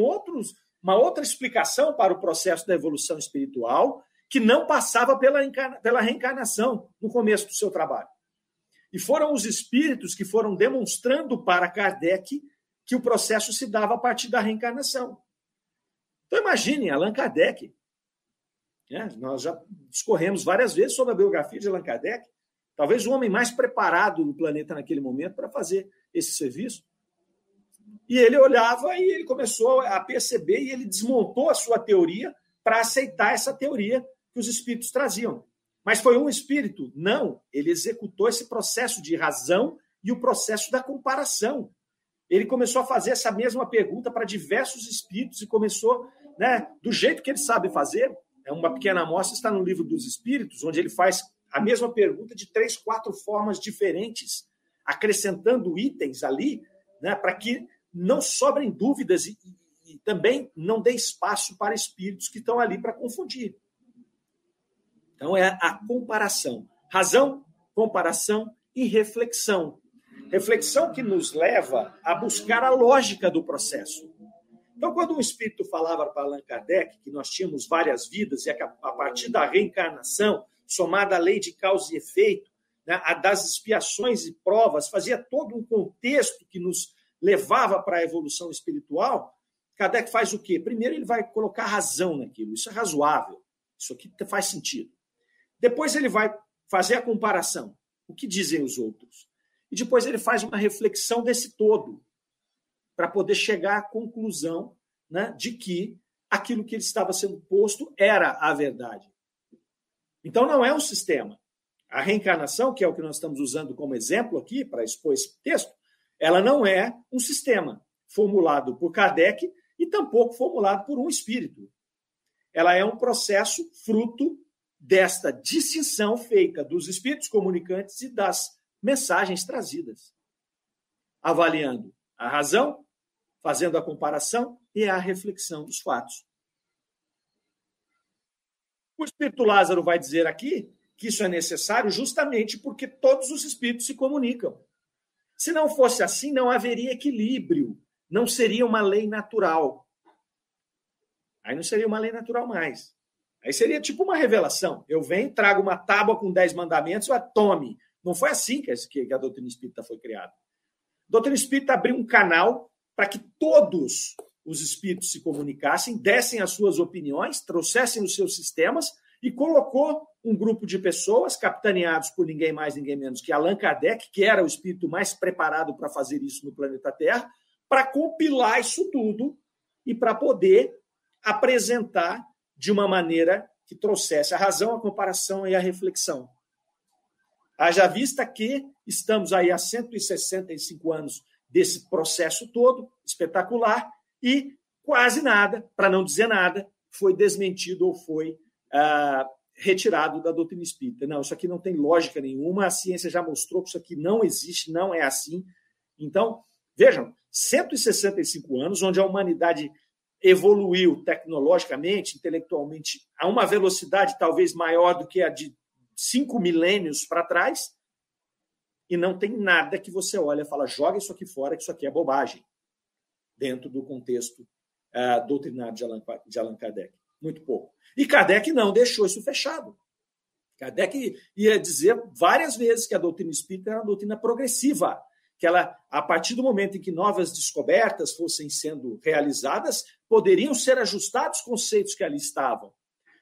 outra explicação para o processo da evolução espiritual que não passava pela reencarnação no começo do seu trabalho. E foram os espíritos que foram demonstrando para Kardec que o processo se dava a partir da reencarnação. Então, imaginem, Allan Kardec. Nós já discorremos várias vezes sobre a biografia de Allan Kardec, talvez o homem mais preparado do planeta naquele momento para fazer esse serviço. E ele olhava e ele começou a perceber e ele desmontou a sua teoria para aceitar essa teoria que os espíritos traziam. Mas foi um espírito? Não. Ele executou esse processo de razão e o processo da comparação. Ele começou a fazer essa mesma pergunta para diversos espíritos e começou, do jeito que ele sabe fazer. Uma pequena amostra está no Livro dos Espíritos, onde ele faz a mesma pergunta de 3, 4 formas diferentes, acrescentando itens ali, para que não sobrem dúvidas e também não dê espaço para espíritos que estão ali para confundir. Então, é a comparação. Razão, comparação e reflexão. Reflexão que nos leva a buscar a lógica do processo. Então, quando um espírito falava para Allan Kardec que nós tínhamos várias vidas e que a partir da reencarnação, somada à lei de causa e efeito, a das expiações e provas, fazia todo um contexto que nos levava para a evolução espiritual, Kardec faz o quê? Primeiro, ele vai colocar razão naquilo. Isso é razoável. Isso aqui faz sentido. Depois, ele vai fazer a comparação. O que dizem os outros? E depois ele faz uma reflexão desse todo, para poder chegar à conclusão, de que aquilo que ele estava sendo posto era a verdade. Então, não é um sistema. A reencarnação, que é o que nós estamos usando como exemplo aqui para expor esse texto, ela não é um sistema formulado por Kardec e tampouco formulado por um espírito. Ela é um processo fruto desta distinção feita dos espíritos comunicantes e das mensagens trazidas, avaliando a razão, fazendo a comparação e a reflexão dos fatos. O espírito Lázaro vai dizer aqui que isso é necessário justamente porque todos os espíritos se comunicam. Se não fosse assim, não haveria equilíbrio, não seria uma lei natural. Aí não seria uma lei natural mais. Aí seria tipo uma revelação. Eu venho, trago uma tábua com 10 mandamentos, tome. Não foi assim que a doutrina espírita foi criada. A doutrina espírita abriu um canal para que todos os espíritos se comunicassem, dessem as suas opiniões, trouxessem os seus sistemas e colocou um grupo de pessoas, capitaneados por ninguém mais, ninguém menos que Allan Kardec, que era o espírito mais preparado para fazer isso no planeta Terra, para compilar isso tudo e para poder apresentar de uma maneira que trouxesse a razão, a comparação e a reflexão. Haja vista que estamos aí há 165 anos desse processo todo, espetacular, e quase nada, para não dizer nada, foi desmentido ou foi retirado da doutrina espírita. Não, isso aqui não tem lógica nenhuma, a ciência já mostrou que isso aqui não existe, não é assim. Então, vejam, 165 anos, onde a humanidade evoluiu tecnologicamente, intelectualmente, a uma velocidade talvez maior do que a de 5 milênios para trás, e não tem nada que você olha e fala, joga isso aqui fora, que isso aqui é bobagem, dentro do contexto doutrinário de Allan Kardec. Muito pouco. E Kardec não deixou isso fechado. Kardec ia dizer várias vezes que a doutrina espírita era uma doutrina progressiva, que ela, a partir do momento em que novas descobertas fossem sendo realizadas, poderiam ser ajustados os conceitos que ali estavam.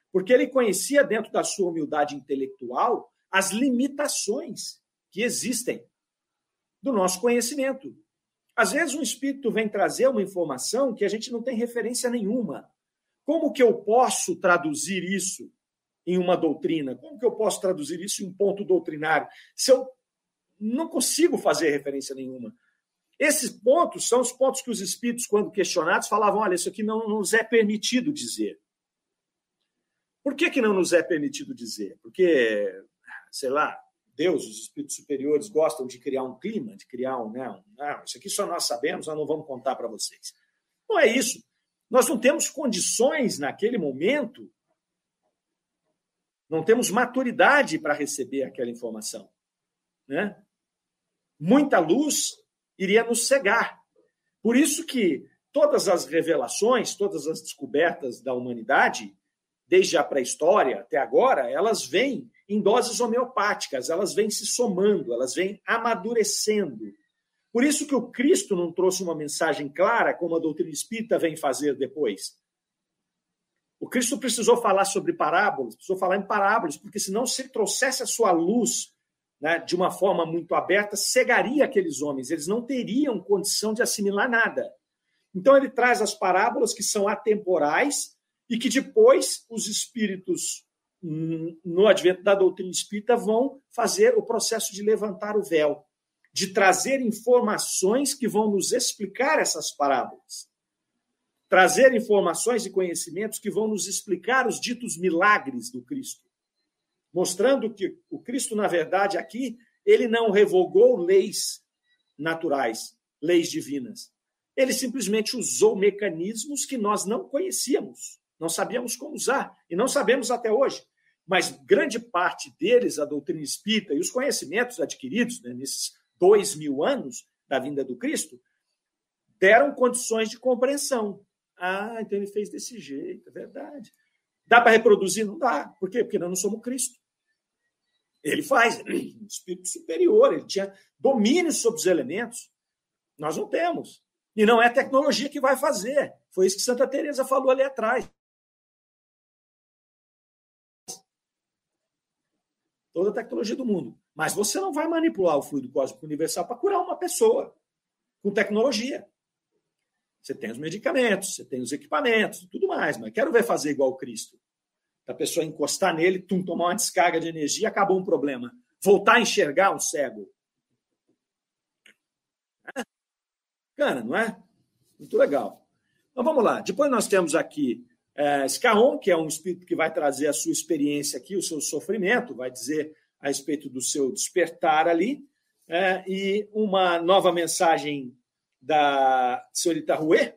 porque ele conhecia, dentro da sua humildade intelectual, as limitações que existem do nosso conhecimento. Às vezes um espírito vem trazer uma informação que a gente não tem referência nenhuma. Como que eu posso traduzir isso em uma doutrina? Como que eu posso traduzir isso em um ponto doutrinário? Se eu não consigo fazer referência nenhuma. Esses pontos são os pontos que os espíritos, quando questionados, falavam, olha, isso aqui não nos é permitido dizer. Por que não nos é permitido dizer? Porque, sei lá, Deus, os espíritos superiores gostam de criar um clima, de criar isso aqui só nós sabemos, nós não vamos contar para vocês. Não é isso. Nós não temos condições naquele momento, não temos maturidade para receber aquela informação. Né? Muita luz iria nos cegar. Por isso que todas as revelações, todas as descobertas da humanidade, desde a pré-história até agora, elas vêm em doses homeopáticas, elas vêm se somando, elas vêm amadurecendo. Por isso que o Cristo não trouxe uma mensagem clara, como a doutrina espírita vem fazer depois. O Cristo precisou falar sobre parábolas, precisou falar em parábolas, porque senão, se ele trouxesse a sua luz, né, de uma forma muito aberta, cegaria aqueles homens, eles não teriam condição de assimilar nada. Então ele traz as parábolas que são atemporais e que depois os espíritos, no advento da doutrina espírita, vão fazer o processo de levantar o véu, de trazer informações que vão nos explicar essas parábolas, trazer informações e conhecimentos que vão nos explicar os ditos milagres do Cristo, mostrando que o Cristo, na verdade, aqui, ele não revogou leis naturais, leis divinas. Ele simplesmente usou mecanismos que nós não conhecíamos, não sabíamos como usar, e não sabemos até hoje. Mas grande parte deles, a doutrina espírita e os conhecimentos adquiridos, né, nesses 2000 anos da vinda do Cristo, deram condições de compreensão. Ah, então ele fez desse jeito, é verdade. Dá para reproduzir? Não dá. Por quê? Porque nós não somos Cristo. Ele faz, um espírito superior, ele tinha domínio sobre os elementos. Nós não temos. E não é a tecnologia que vai fazer. Foi isso que Santa Teresa falou ali atrás. Toda a tecnologia do mundo. Mas você não vai manipular o fluido cósmico universal para curar uma pessoa com tecnologia. Você tem os medicamentos, você tem os equipamentos, tudo mais, mas quero ver fazer igual o Cristo. A pessoa encostar nele, tomar uma descarga de energia, acabou um problema. Voltar a enxergar um cego. Bacana, não é? Muito legal. Então vamos lá. Depois nós temos aqui Scaon, que é um espírito que vai trazer a sua experiência aqui, o seu sofrimento, vai dizer a respeito do seu despertar ali, e uma nova mensagem da senhorita Rouet,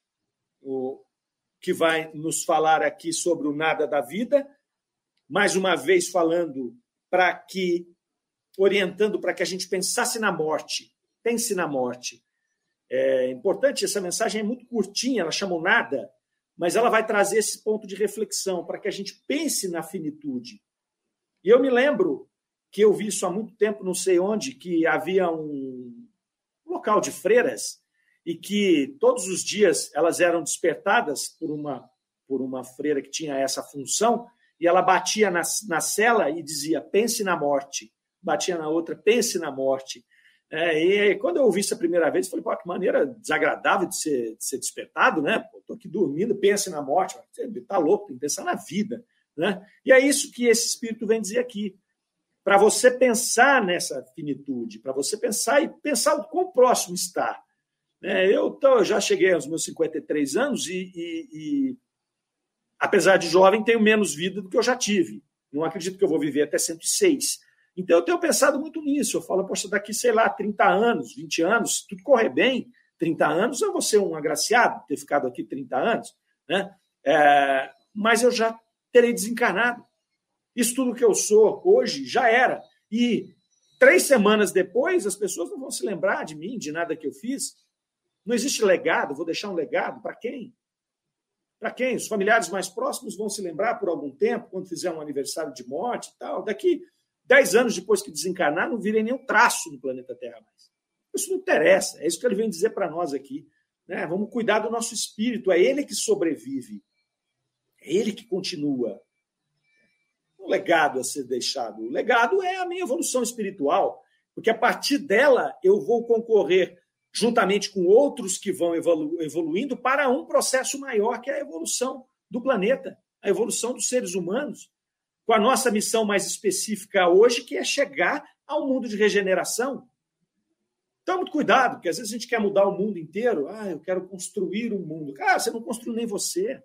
que vai nos falar aqui sobre o nada da vida, mais uma vez falando orientando para que a gente pensasse na morte, pense na morte. É importante, essa mensagem é muito curtinha, ela chama o nada, mas ela vai trazer esse ponto de reflexão para que a gente pense na finitude. E eu me lembro que eu vi isso há muito tempo, não sei onde, que havia um local de freiras e que todos os dias elas eram despertadas por uma freira que tinha essa função, e ela batia na cela e dizia, pense na morte. Batia na outra, pense na morte. E quando eu ouvi isso a primeira vez, eu falei, pô, que maneira desagradável de ser despertado, né? Estou aqui dormindo, pense na morte. Você está louco, tem que pensar na vida. Né? E é isso que esse espírito vem dizer aqui. Para você pensar nessa finitude, para você pensar o quão próximo está. Eu já cheguei aos meus 53 anos e, apesar de jovem, tenho menos vida do que eu já tive. Não acredito que eu vou viver até 106. Então, eu tenho pensado muito nisso. Eu falo, poxa, daqui, 30 anos, 20 anos, se tudo correr bem, 30 anos, eu vou ser um agraciado, ter ficado aqui 30 anos, né? Mas eu já terei desencarnado. Isso tudo que eu sou hoje já era. E 3 semanas depois, as pessoas não vão se lembrar de mim, de nada que eu fiz. Não existe legado, vou deixar um legado para quem? Para quem? Os familiares mais próximos vão se lembrar por algum tempo, quando fizer um aniversário de morte e tal. Daqui 10 anos depois que desencarnar, não virem nenhum traço no planeta Terra mais. Isso não interessa, é isso que ele vem dizer para nós aqui. Né? Vamos cuidar do nosso espírito, é ele que sobrevive, é ele que continua. um legado a ser deixado. O legado é a minha evolução espiritual, porque a partir dela eu vou concorrer juntamente com outros que vão evoluindo para um processo maior, que é a evolução do planeta, a evolução dos seres humanos, com a nossa missão mais específica hoje, que é chegar ao mundo de regeneração. Então, muito cuidado, porque às vezes a gente quer mudar o mundo inteiro. Eu quero construir um mundo. Cara, você não construiu nem você.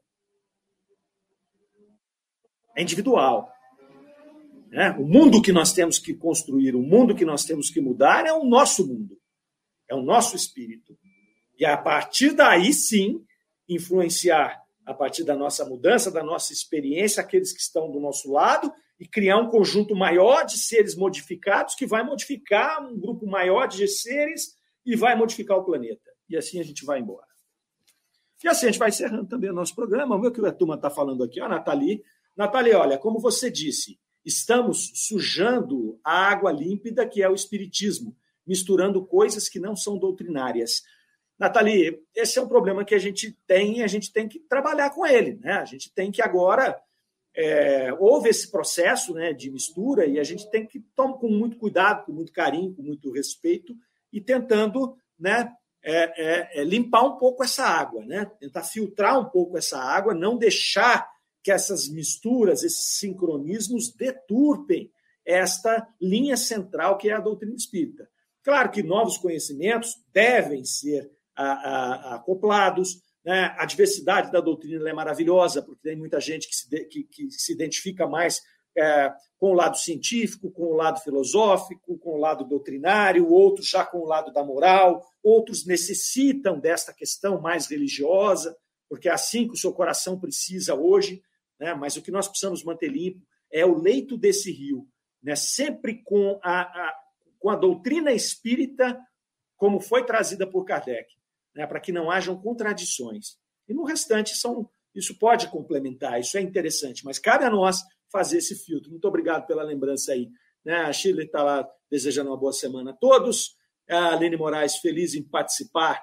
É individual. O mundo que nós temos que construir, o mundo que nós temos que mudar é o nosso mundo. É o nosso espírito. E a partir daí, sim, influenciar, a partir da nossa mudança, da nossa experiência, aqueles que estão do nosso lado, e criar um conjunto maior de seres modificados que vai modificar um grupo maior de seres e vai modificar o planeta. E assim a gente vai embora. E assim a gente vai encerrando também o nosso programa. Vamos ver o que a turma está falando aqui. Nathalie. Nathalie, olha, como você disse, estamos sujando a água límpida que é o espiritismo, misturando coisas que não são doutrinárias. Nathalie, esse é um problema que a gente tem e a gente tem que trabalhar com ele, né? A gente tem que agora... houve esse processo, né, de mistura e a gente tem que tomar com muito cuidado, com muito carinho, com muito respeito e tentando, né, limpar um pouco essa água, né? Tentar filtrar um pouco essa água, não deixar que essas misturas, esses sincronismos deturpem esta linha central que é a doutrina espírita. Claro que novos conhecimentos devem ser acoplados, né? A diversidade da doutrina é maravilhosa, porque tem muita gente que se identifica mais com o lado científico, com o lado filosófico, com o lado doutrinário, outros já com o lado da moral, outros necessitam desta questão mais religiosa, porque é assim que o seu coração precisa hoje, né? Mas o que nós precisamos manter limpo é o leito desse rio, né? Sempre com a doutrina espírita como foi trazida por Kardec, né? Para que não hajam contradições. E no restante, isso pode complementar, isso é interessante, mas cabe a nós fazer esse filtro. Muito obrigado pela lembrança aí. Né? A Shirley está lá desejando uma boa semana a todos. A Aline Moraes, feliz em participar,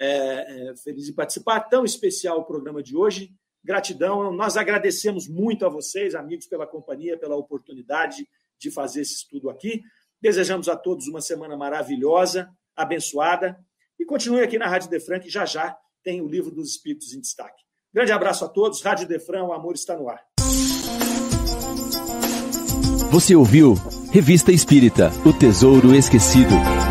tão especial o programa de hoje. Gratidão, nós agradecemos muito a vocês, amigos, pela companhia, pela oportunidade de fazer esse estudo aqui. Desejamos a todos uma semana maravilhosa, abençoada, e continue aqui na Rádio Defran, que já já tem o Livro dos Espíritos em destaque. Grande abraço a todos, Rádio Defran, o amor está no ar. Você ouviu Revista Espírita, O Tesouro Esquecido.